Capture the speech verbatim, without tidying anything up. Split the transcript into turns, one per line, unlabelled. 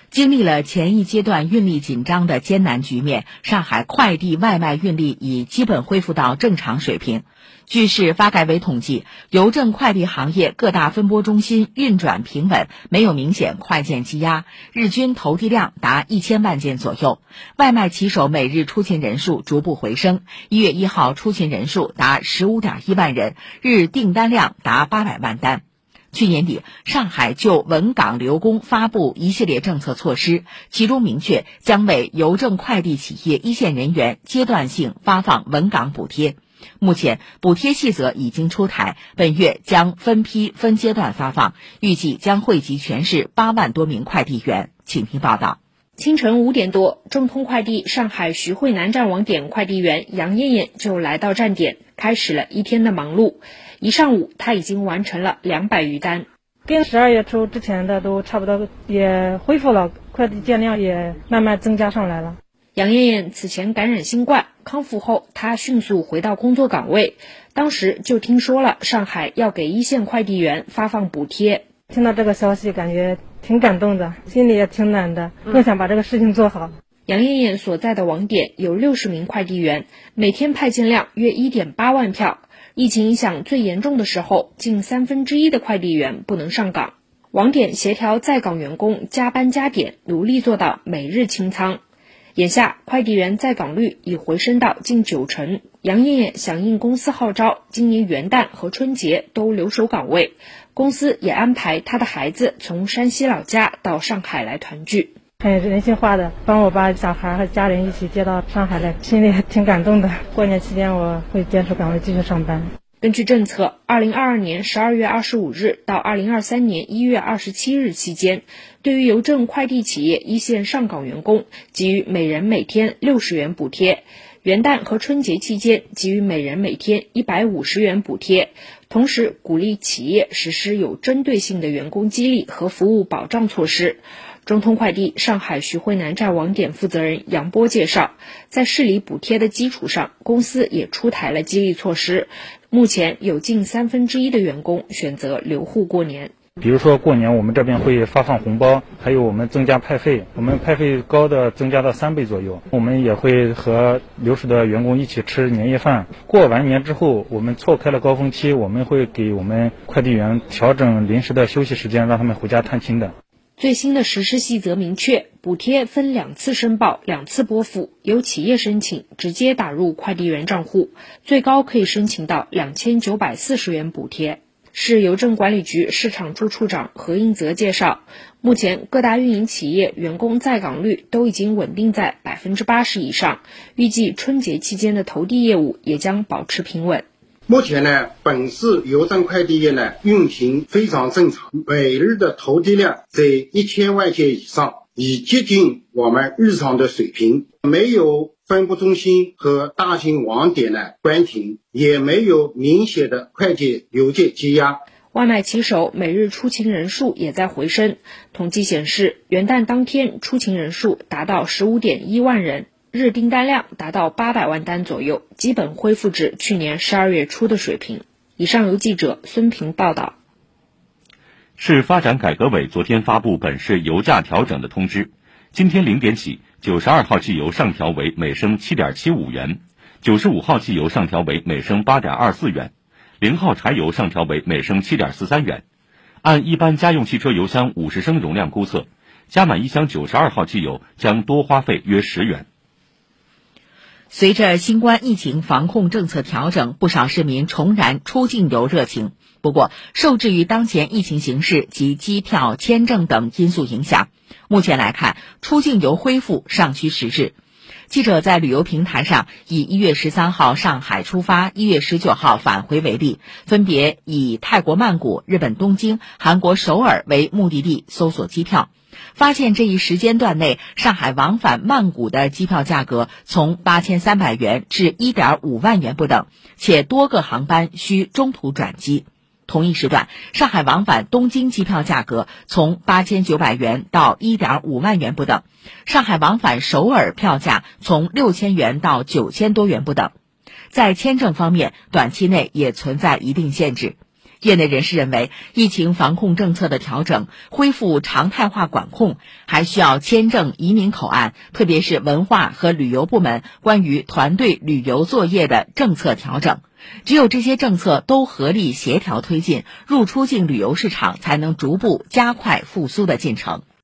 经历了前一阶段运力紧张的艰难局面，上海快递外卖运力已基本恢复到正常水平。据市发改委统计，邮政快递行业各大分拨中心运转平稳，没有明显快件积压，日均投递量达一千万件左右。外卖骑手每日出勤人数逐步回升，一月一号出勤人数达十五点一万人，日订单量达八百万单。去年底，上海就稳岗留工发布一系列政策措施，其中明确将为邮政快递企业一线人员阶段性发放稳岗补贴。目前补贴细则已经出台，本月将分批分阶段发放，预计将惠及全市八万多名快递员。请听报道。
清晨五点多，中通快递上海徐汇南站网点快递员杨艳艳就来到站点，开始了一天的忙碌。一上午，她已经完成了两百余单，
跟十二月初之前的都差不多，也恢复了，快递件量也慢慢增加上来了。
杨艳艳此前感染新冠，康复后她迅速回到工作岗位，当时就听说了上海要给一线快递员发放补贴。
听到这个消息，感觉挺感动的，心里也挺暖的，更想把这个事情做好。
杨艳艳所在的网点有六十名快递员，每天派件量约 一点八万票。疫情影响最严重的时候，近三分之一的快递员不能上岗。网点协调在岗员工加班加点，努力做到每日清仓。眼下，快递员在岗率已回升到近九成。杨艳艳响应公司号召，今年元旦和春节都留守岗位。公司也安排她的孩子从山西老家到上海来团聚。
很人性化的帮我把小孩和家人一起接到上海来，心里挺感动的。过年期间我会坚持岗位继续上班。
根据政策，二零二二年十二月二十五日到二零二三年一月二十七日期间，对于邮政快递企业一线上岗员工给予每人每天六十元补贴，元旦和春节期间给予每人每天一百五十元补贴，同时鼓励企业实施有针对性的员工激励和服务保障措施。中通快递上海徐汇南站网点负责人杨波介绍，在市里补贴的基础上，公司也出台了激励措施。目前有近三分之一的员工选择留沪过年。
比如说过年我们这边会发放红包，还有我们增加派费，我们派费高的增加到三倍左右。我们也会和留守的员工一起吃年夜饭。过完年之后，我们错开了高峰期，我们会给我们快递员调整临时的休息时间，让他们回家探亲的。
最新的实施细则明确，补贴分两次申报、两次拨付，由企业申请直接打入快递员账户，最高可以申请到两千九百四十元补贴。市邮政管理局市场处处长何应泽介绍，目前各大运营企业员工在岗率都已经稳定在百分之八十以上，预计春节期间的投递业务也将保持平稳。
目前呢，本市邮政快递业呢运行非常正常，每日的投递量在一千万件以上，已接近我们日常的水平。没有分拨中心和大型网点呢关停，也没有明显的快件邮件积压。
外卖骑手每日出勤人数也在回升，统计显示，元旦当天出勤人数达到 十五点一万人。日订单量达到八百万单左右，基本恢复至去年十二月初的水平。以上由记者孙平报道。
市发展改革委昨天发布本市油价调整的通知，今天零点起，九十二号汽油上调为每升 七点七五元，九十五号汽油上调为每升 八点二四元，零号柴油上调为每升 七点四三元。按一般家用汽车油箱五十升容量估测，加满一箱九十二号汽油将多花费约十元。
随着新冠疫情防控政策调整，不少市民重燃出境游热情。不过，受制于当前疫情形势及机票、签证等因素影响，目前来看，出境游恢复尚需时日。记者在旅游平台上以一月十三号上海出发、一月十九号返回为例，分别以泰国曼谷、日本东京、韩国首尔为目的地搜索机票。发现这一时间段内，上海往返曼谷的机票价格从八千三百元至 一点五万元不等，且多个航班需中途转机。同一时段，上海往返东京机票价格从八千九百元到 一点五万元不等，上海往返首尔票价从六千元到九千多元不等。在签证方面，短期内也存在一定限制。 业内人士认为，疫情防控政策的调整，恢复常态化管控，还需要签证、移民口岸，特别是文化和旅游部门关于团队旅游作业的政策调整。只有这些政策都合力协调推进，入出境旅游市场才能逐步加快复苏的进程。